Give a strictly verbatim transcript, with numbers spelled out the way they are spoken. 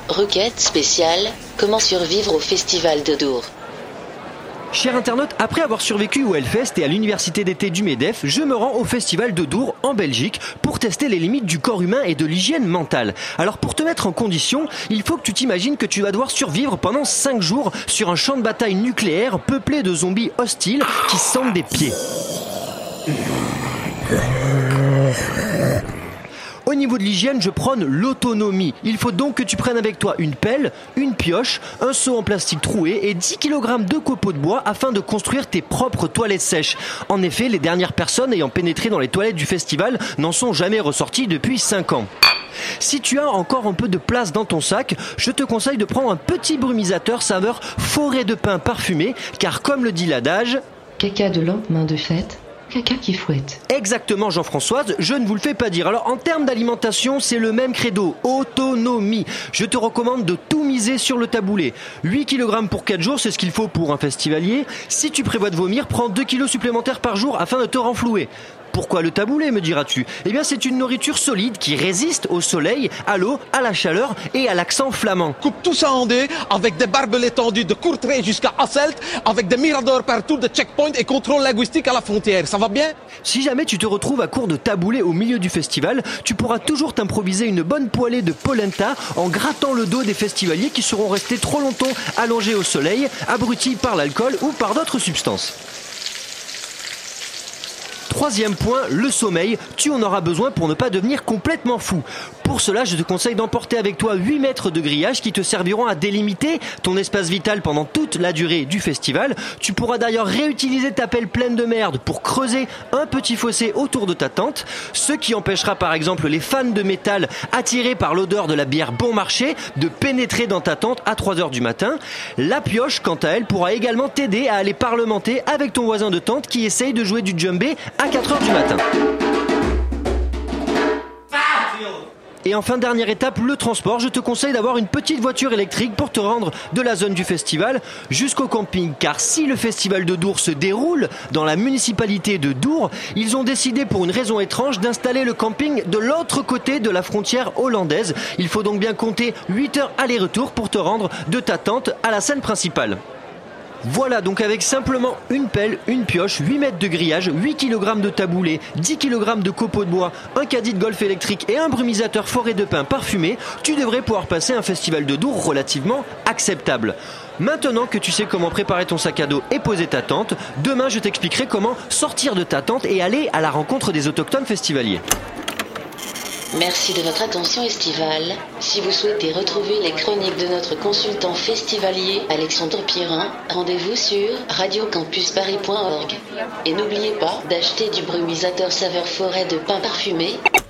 Requête spéciale, comment survivre au festival de Dour? Cher internaute, après avoir survécu au Hellfest et à l'université d'été du MEDEF, je me rends au festival de Dour en Belgique pour tester les limites du corps humain et de l'hygiène mentale. Alors pour te mettre en condition, il faut que tu t'imagines que tu vas devoir survivre pendant cinq jours sur un champ de bataille nucléaire peuplé de zombies hostiles qui sentent des pieds. Au niveau de l'hygiène, je prône l'autonomie. Il faut donc que tu prennes avec toi une pelle, une pioche, un seau en plastique troué et dix kilogrammes de copeaux de bois afin de construire tes propres toilettes sèches. En effet, les dernières personnes ayant pénétré dans les toilettes du festival n'en sont jamais ressorties depuis cinq ans. Si tu as encore un peu de place dans ton sac, je te conseille de prendre un petit brumisateur saveur forêt de pin parfumé, car comme le dit l'adage... Caca de lampe, main de fête. Caca qui fouette. Exactement, Jean-Françoise, je ne vous le fais pas dire. Alors en termes d'alimentation, c'est le même credo, autonomie. Je te recommande de tout miser sur le taboulé. huit kilogrammes pour quatre jours, c'est ce qu'il faut pour un festivalier. Si tu prévois de vomir, prends deux kilos supplémentaires par jour afin de te renflouer. Pourquoi le taboulé, me diras-tu? Eh bien, c'est une nourriture solide qui résiste au soleil, à l'eau, à la chaleur et à l'accent flamand. Coupe tout ça en deux, avec des barbelés tendus de Courtrai jusqu'à Hasselt, avec des miradors partout, de checkpoints et contrôle linguistique à la frontière. Ça va bien? Si jamais tu te retrouves à court de taboulé au milieu du festival, tu pourras toujours t'improviser une bonne poêlée de polenta en grattant le dos des festivaliers qui seront restés trop longtemps allongés au soleil, abrutis par l'alcool ou par d'autres substances. Troisième point, le sommeil. Tu en auras besoin pour ne pas devenir complètement fou. Pour cela, je te conseille d'emporter avec toi huit mètres de grillage qui te serviront à délimiter ton espace vital pendant toute la durée du festival. Tu pourras d'ailleurs réutiliser ta pelle pleine de merde pour creuser un petit fossé autour de ta tente, ce qui empêchera par exemple les fans de métal attirés par l'odeur de la bière bon marché de pénétrer dans ta tente à trois heures du matin. La pioche, quant à elle, pourra également t'aider à aller parlementer avec ton voisin de tente qui essaye de jouer du djembé à quatre heures du matin. Et enfin, dernière étape, le transport. Je te conseille d'avoir une petite voiture électrique pour te rendre de la zone du festival jusqu'au camping. Car si le festival de Dour se déroule dans la municipalité de Dour, ils ont décidé pour une raison étrange d'installer le camping de l'autre côté de la frontière hollandaise. Il faut donc bien compter huit heures aller-retour pour te rendre de ta tente à la scène principale. Voilà, donc avec simplement une pelle, une pioche, huit mètres de grillage, huit kilogrammes de taboulé, dix kilogrammes de copeaux de bois, un caddie de golf électrique et un brumisateur forêt de pin parfumé, tu devrais pouvoir passer un festival de Dour relativement acceptable. Maintenant que tu sais comment préparer ton sac à dos et poser ta tente, demain je t'expliquerai comment sortir de ta tente et aller à la rencontre des autochtones festivaliers. Merci de votre attention estivale. Si vous souhaitez retrouver les chroniques de notre consultant festivalier Alexandre Pierrin, rendez-vous sur radio campus paris point org. Et n'oubliez pas d'acheter du brumisateur saveur forêt de pin parfumé